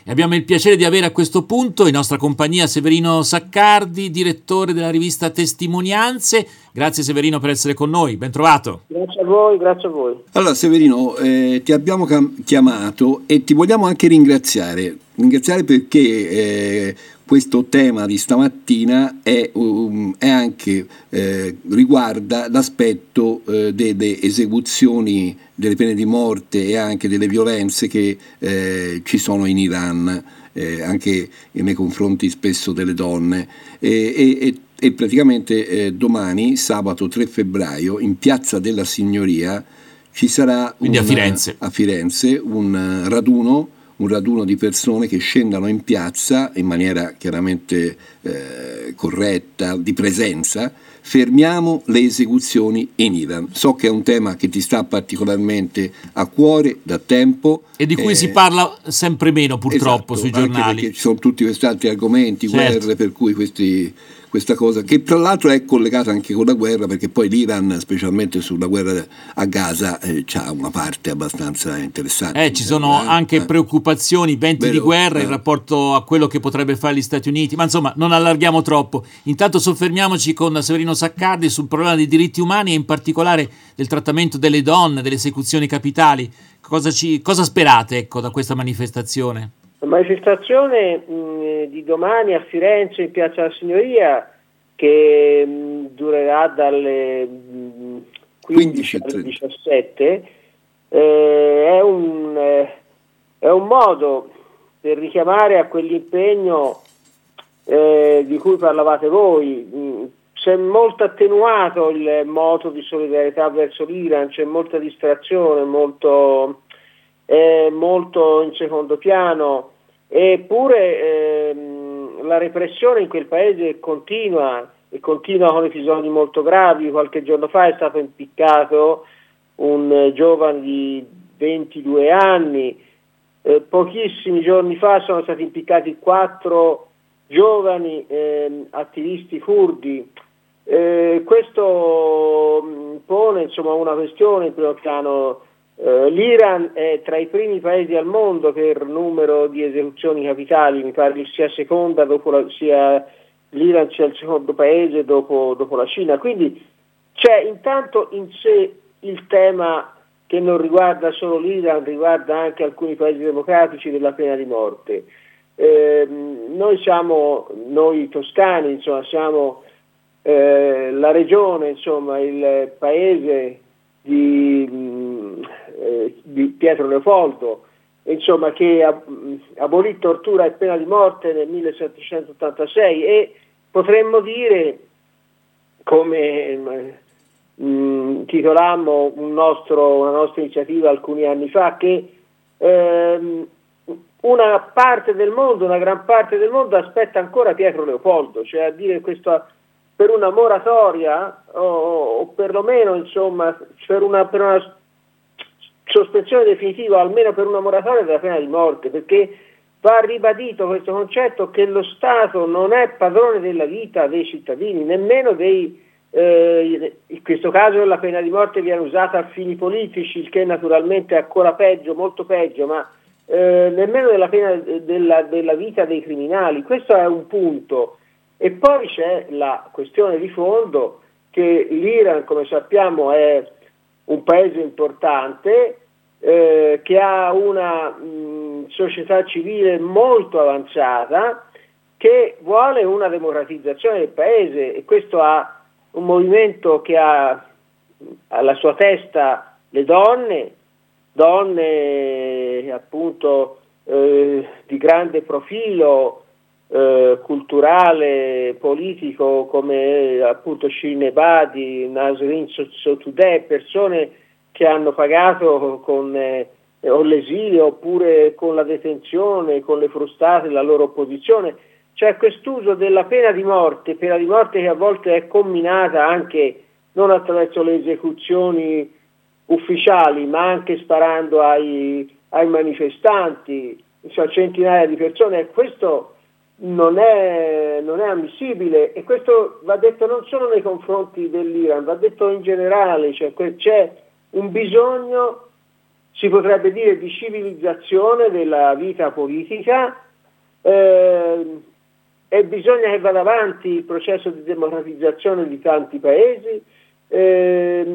E abbiamo il piacere di avere a questo punto in nostra compagnia Severino Saccardi, direttore della rivista Testimonianze. Grazie Severino per essere con noi, ben trovato. Grazie a voi, grazie a voi. Allora Severino, ti abbiamo chiamato e ti vogliamo anche ringraziare perché questo tema di stamattina è anche riguarda l'aspetto delle esecuzioni delle pene di morte e anche delle violenze che ci sono in Iran, anche nei confronti spesso delle donne, e praticamente domani, sabato 3 febbraio, in Piazza della Signoria ci sarà a Firenze un raduno di persone che scendano in piazza in maniera chiaramente corretta, di presenza. Fermiamo le esecuzioni in Iran. So che è un tema che ti sta particolarmente a cuore da tempo e di cui si parla sempre meno purtroppo, esatto, sui giornali, perché ci sono tutti questi altri argomenti, certo, guerre, per cui questa cosa che tra l'altro è collegata anche con la guerra, perché poi l'Iran, specialmente sulla guerra a Gaza, c'ha una parte abbastanza interessante. Ci sono anche preoccupazioni, venti di guerra in rapporto a quello che potrebbe fare gli Stati Uniti, ma insomma non allarghiamo troppo. Intanto soffermiamoci con Severino Saccardi sul problema dei diritti umani e in particolare del trattamento delle donne, delle esecuzioni capitali. Cosa sperate, da questa manifestazione? La manifestazione di domani a Firenze in Piazza della Signoria, che durerà dalle 15 alle 17, è un modo per richiamare a quell'impegno di cui parlavate voi. C'è molto attenuato il moto di solidarietà verso l'Iran, c'è molta distrazione, molto in secondo piano, eppure la repressione in quel paese continua con episodi molto gravi. Qualche giorno fa è stato impiccato un giovane di 22 anni, pochissimi giorni fa sono stati impiccati 4 giovani attivisti curdi. Questo pone una questione in primo piano. L'Iran è tra i primi paesi al mondo per numero di esecuzioni capitali, mi pare che sia seconda l'Iran sia il secondo paese dopo la Cina, quindi c'è intanto in sé il tema che non riguarda solo l'Iran, riguarda anche alcuni paesi democratici, della pena di morte. Noi toscani, siamo la regione, il paese di Pietro Leopoldo, che abolì tortura e pena di morte nel 1786, e potremmo dire, come titolammo una nostra iniziativa alcuni anni fa, che una gran parte del mondo aspetta ancora Pietro Leopoldo, cioè a dire questo, per una moratoria o perlomeno per una sospensione definitiva, almeno per una moratoria della pena di morte, perché va ribadito questo concetto che lo Stato non è padrone della vita dei cittadini, nemmeno in questo caso la pena di morte viene usata a fini politici, il che naturalmente è ancora peggio, molto peggio, ma nemmeno della pena della vita dei criminali. Questo è un punto. E poi c'è la questione di fondo che l'Iran, come sappiamo, è un paese importante, che ha una società civile molto avanzata, che vuole una democratizzazione del paese, e questo ha un movimento che ha alla sua testa le donne appunto di grande profilo culturale, politico, come appunto Shirin Ebadi, Nasrin Sotoudeh, persone che hanno pagato con o l'esilio oppure con la detenzione, con le frustate, la loro opposizione. C'è quest'uso della pena di morte che a volte è comminata anche non attraverso le esecuzioni ufficiali, ma anche sparando ai manifestanti, centinaia di persone, e questo non è ammissibile, e questo va detto non solo nei confronti dell'Iran, va detto in generale, c'è un bisogno si potrebbe dire di civilizzazione della vita politica, e bisogna che vada avanti il processo di democratizzazione di tanti paesi, e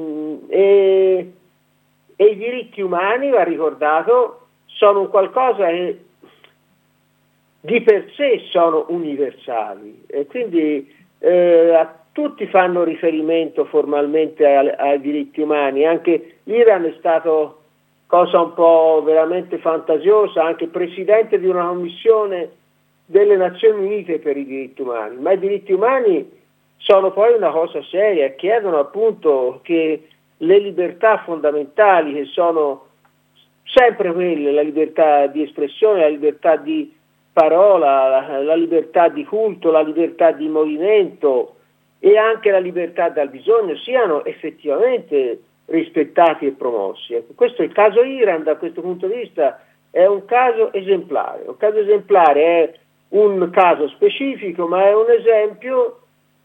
i diritti umani, va ricordato, sono un qualcosa che di per sé sono universali, e quindi tutti fanno riferimento formalmente ai diritti umani. Anche l'Iran è stato, cosa un po' veramente fantasiosa, anche presidente di una commissione delle Nazioni Unite per i diritti umani, ma i diritti umani sono poi una cosa seria e chiedono appunto che le libertà fondamentali, che sono sempre quelle, la libertà di espressione, la libertà di parola, la libertà di culto, la libertà di movimento e anche la libertà dal bisogno, siano effettivamente rispettati e promossi. Questo è il caso Iran, da questo punto di vista è un caso esemplare. Un caso esemplare è un caso specifico, ma è un esempio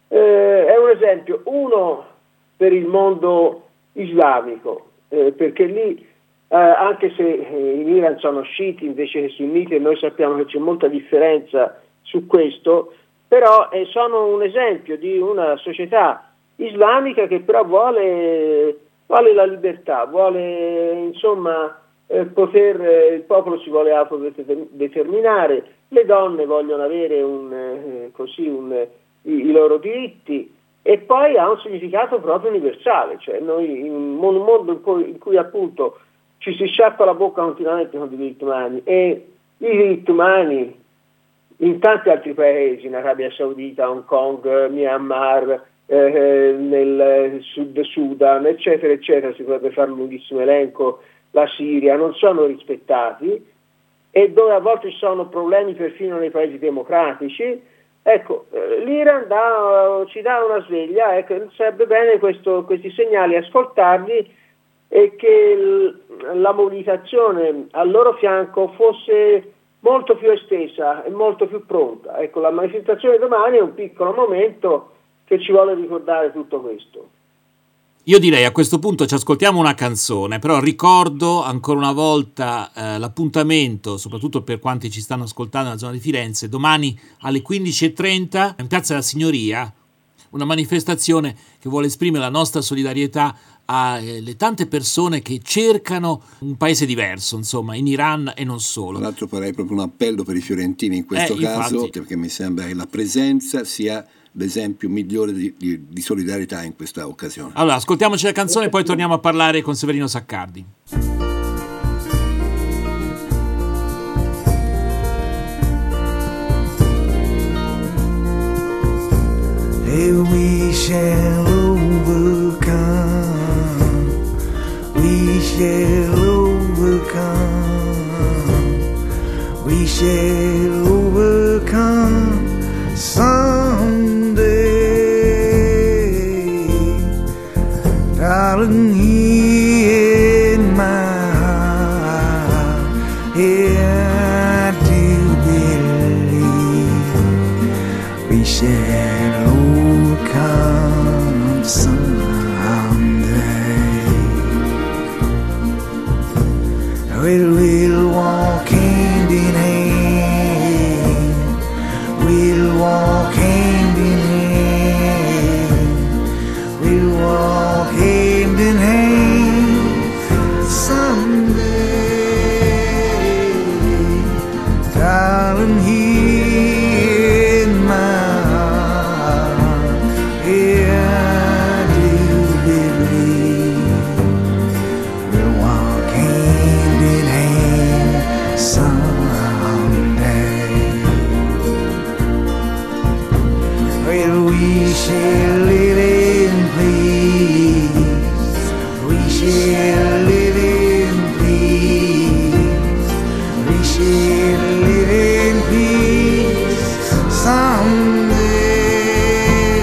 uno per il mondo islamico, perché lì anche se in Iran sono sciiti invece che sunniti, e noi sappiamo che c'è molta differenza su questo, però sono un esempio di una società islamica che però vuole la libertà, vuole insomma il popolo si vuole autodeterminare, le donne vogliono avere i loro diritti, e poi ha un significato proprio universale, cioè noi in un mondo in cui appunto ci si sciacqua la bocca continuamente con i diritti umani, e i diritti umani in tanti altri paesi, in Arabia Saudita, Hong Kong, Myanmar, nel Sudan, eccetera, eccetera, si potrebbe fare un lunghissimo elenco, la Siria, non sono rispettati, e dove a volte ci sono problemi perfino nei paesi democratici. Ecco, l'Iran ci dà una sveglia, ecco, sarebbe bene questi segnali ascoltarli, e che la mobilitazione al loro fianco fosse molto più estesa e molto più pronta. Ecco, la manifestazione domani è un piccolo momento che ci vuole ricordare tutto questo. Io direi a questo punto ci ascoltiamo una canzone, però ricordo ancora una volta l'appuntamento, soprattutto per quanti ci stanno ascoltando nella zona di Firenze, domani alle 15:30 in Piazza della Signoria, una manifestazione che vuole esprimere la nostra solidarietà alle tante persone che cercano un paese diverso, insomma, in Iran e non solo. Tra l'altro farei proprio un appello per i fiorentini in questo caso, infatti, perché mi sembra che la presenza sia l'esempio migliore di solidarietà in questa occasione. Allora, ascoltiamoci la canzone e poi torniamo a parlare con Severino Saccardi. Hey, we shall overcome, we shall overcome, we shall overcome someday, darling, here in my heart, here I do believe we shall overcome someday. We'll walk hand in hand, we'll walk hand in hand, we'll walk hand in hand someday, darling, here in my heart, here I do believe we'll walk hand in hand someday. Well, we shall live in peace, we shall live in peace, we shall live in peace someday,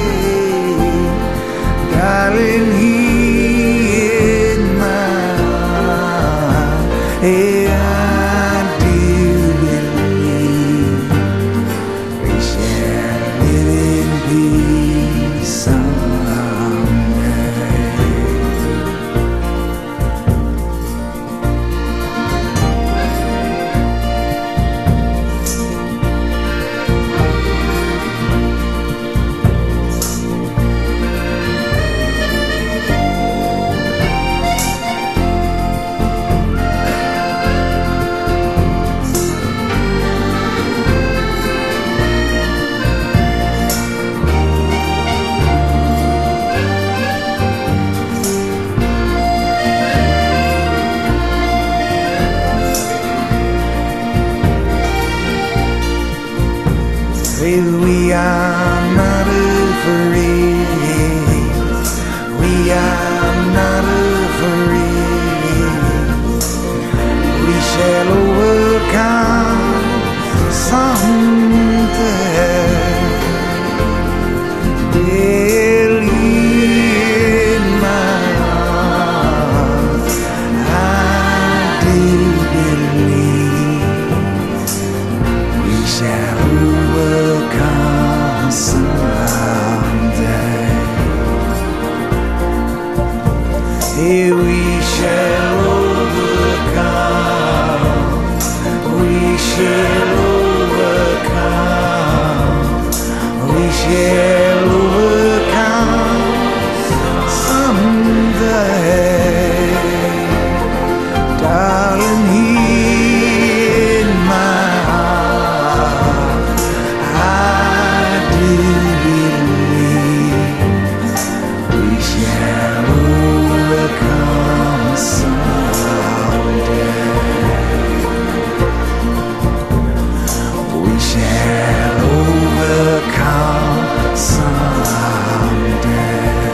darling, here in my heart, here I do believe we shall live in peace someday. say that we are not afraid. We are not afraid. We shall overcome someday. Believe my heart, I do believe we shall overcome someday. Hey, we shall overcome. We shall overcome. We shall overcome someday. Darling, in my heart, I do believe we shall overcome someday. We shall overcome someday.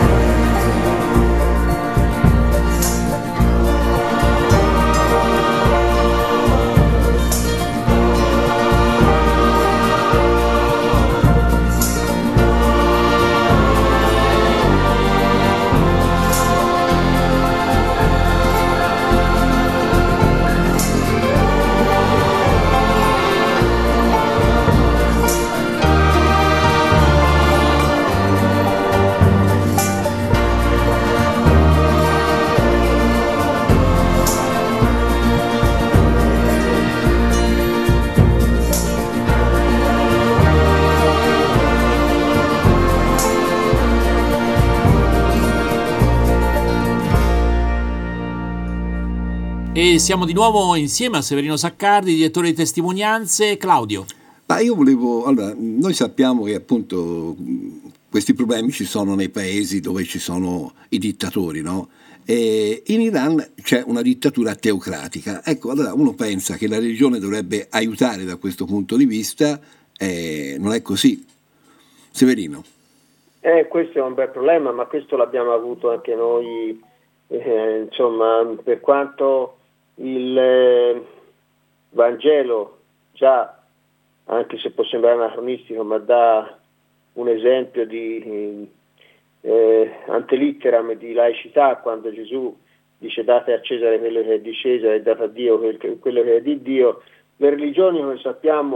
E siamo di nuovo insieme a Severino Saccardi, direttore di testimonianze. Claudio. Ma io volevo, allora, noi sappiamo che appunto questi problemi ci sono nei paesi dove ci sono i dittatori, no? E in Iran c'è una dittatura teocratica. Ecco, allora uno pensa che la religione dovrebbe aiutare da questo punto di vista, non è così. Severino. Questo è un bel problema, ma questo l'abbiamo avuto anche noi, insomma, per quanto il Vangelo già, anche se può sembrare anacronistico, ma dà un esempio di antelitteram, di laicità, quando Gesù dice date a Cesare quello che è di Cesare e date a Dio quello che è di Dio. Le religioni, come sappiamo,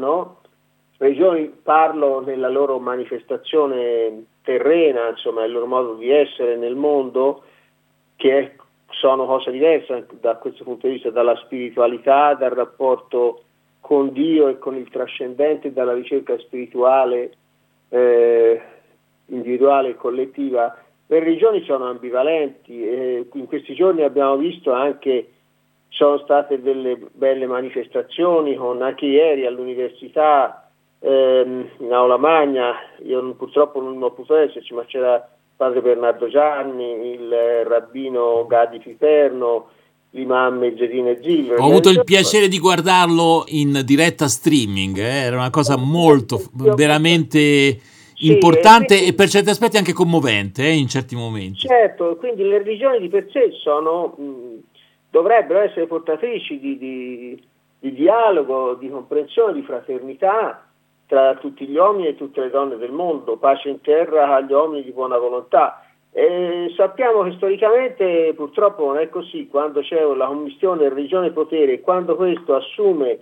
parlo nella loro manifestazione terrena, insomma, il loro modo di essere nel mondo, sono cose diverse da questo punto di vista, dalla spiritualità, dal rapporto con Dio e con il trascendente, dalla ricerca spirituale individuale e collettiva. Le religioni sono ambivalenti, in questi giorni abbiamo visto anche, sono state delle belle manifestazioni, anche ieri all'università in Aula Magna, io purtroppo non ho potuto esserci, ma c'era padre Bernardo Gianni, il rabbino Gadi Piperno, l'imam Mezzedine Zilver. Ho avuto il piacere di guardarlo in diretta streaming, era una cosa molto, veramente importante e per certi aspetti anche commovente in certi momenti. Certo, quindi le religioni di per sé dovrebbero essere portatrici di dialogo, di comprensione, di fraternità tra tutti gli uomini e tutte le donne del mondo, pace in terra agli uomini di buona volontà. Sappiamo che storicamente purtroppo non è così, quando c'è la commistione religione e potere, quando questo assume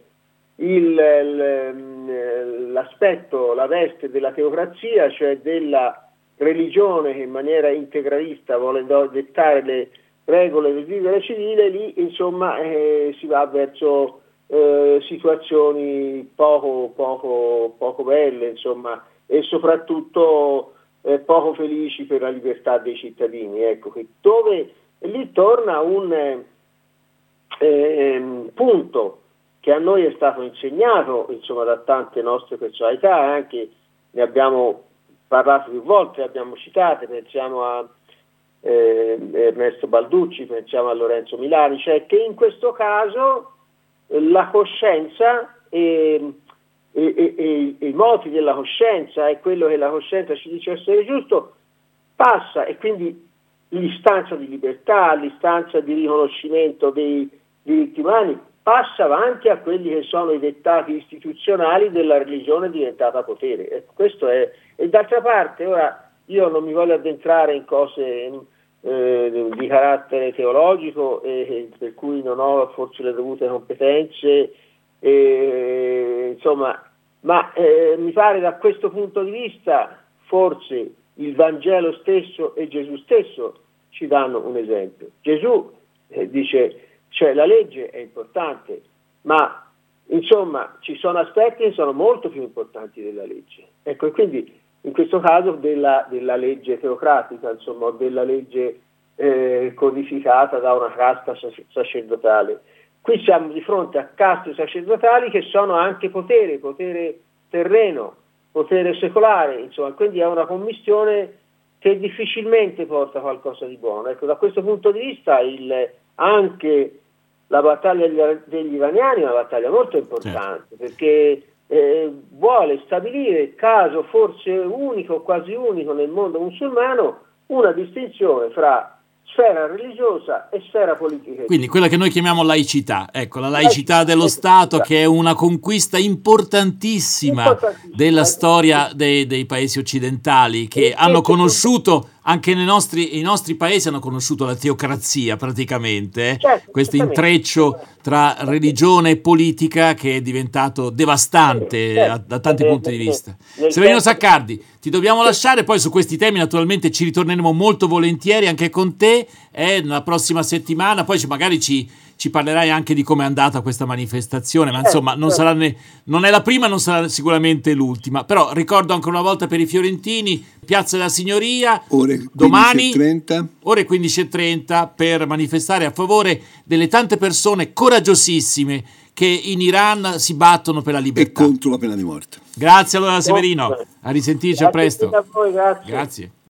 l'aspetto, la veste della teocrazia, cioè della religione che in maniera integralista vuole dettare le regole del vivere civile, lì insomma si va verso situazioni poco belle, insomma, e soprattutto poco felici per la libertà dei cittadini. Ecco, dove lì torna un punto che a noi è stato insegnato, insomma, da tante nostre personalità, anche ne abbiamo parlato più volte, abbiamo citate, pensiamo a Ernesto Balducci, pensiamo a Lorenzo Milani, cioè che in questo caso la coscienza e i moti della coscienza e quello che la coscienza ci dice essere giusto, passa, e quindi l'istanza di libertà, l'istanza di riconoscimento dei diritti umani, passa avanti a quelli che sono i dettati istituzionali della religione diventata potere. Ecco, questo è. E d'altra parte, ora io non mi voglio addentrare in cose di carattere teologico, per cui non ho forse le dovute competenze, insomma, ma mi pare da questo punto di vista forse il Vangelo stesso e Gesù stesso ci danno un esempio. Gesù dice, cioè la legge è importante, ma insomma ci sono aspetti che sono molto più importanti della legge. Ecco, e quindi in questo caso della legge teocratica, insomma, o della legge codificata da una casta sacerdotale. Qui siamo di fronte a caste sacerdotali che sono anche potere terreno, potere secolare, insomma, quindi è una commistione che difficilmente porta a qualcosa di buono. Ecco, da questo punto di vista anche la battaglia degli iraniani è una battaglia molto importante, perché vuole stabilire, caso forse unico, quasi unico nel mondo musulmano, una distinzione fra sfera religiosa e sfera politica. Quindi quella che noi chiamiamo laicità, ecco, la laicità dello Stato, che è una conquista importantissima della storia dei paesi occidentali, che hanno conosciuto, anche i nostri paesi hanno conosciuto la teocrazia praticamente, questo intreccio tra religione e politica che è diventato devastante da tanti punti di vista. Severino Saccardi, ti dobbiamo lasciare, poi su questi temi naturalmente ci ritorneremo molto volentieri anche con te la prossima settimana, poi magari ci parlerai anche di come è andata questa manifestazione, ma insomma non è la prima, non sarà sicuramente l'ultima, però ricordo ancora una volta per i fiorentini, Piazza della Signoria, domani ore 15:30 per manifestare a favore delle tante persone coraggiosissime che in Iran si battono per la libertà e contro la pena di morte. Grazie allora Severino, a risentirci a presto. A voi, grazie. Grazie.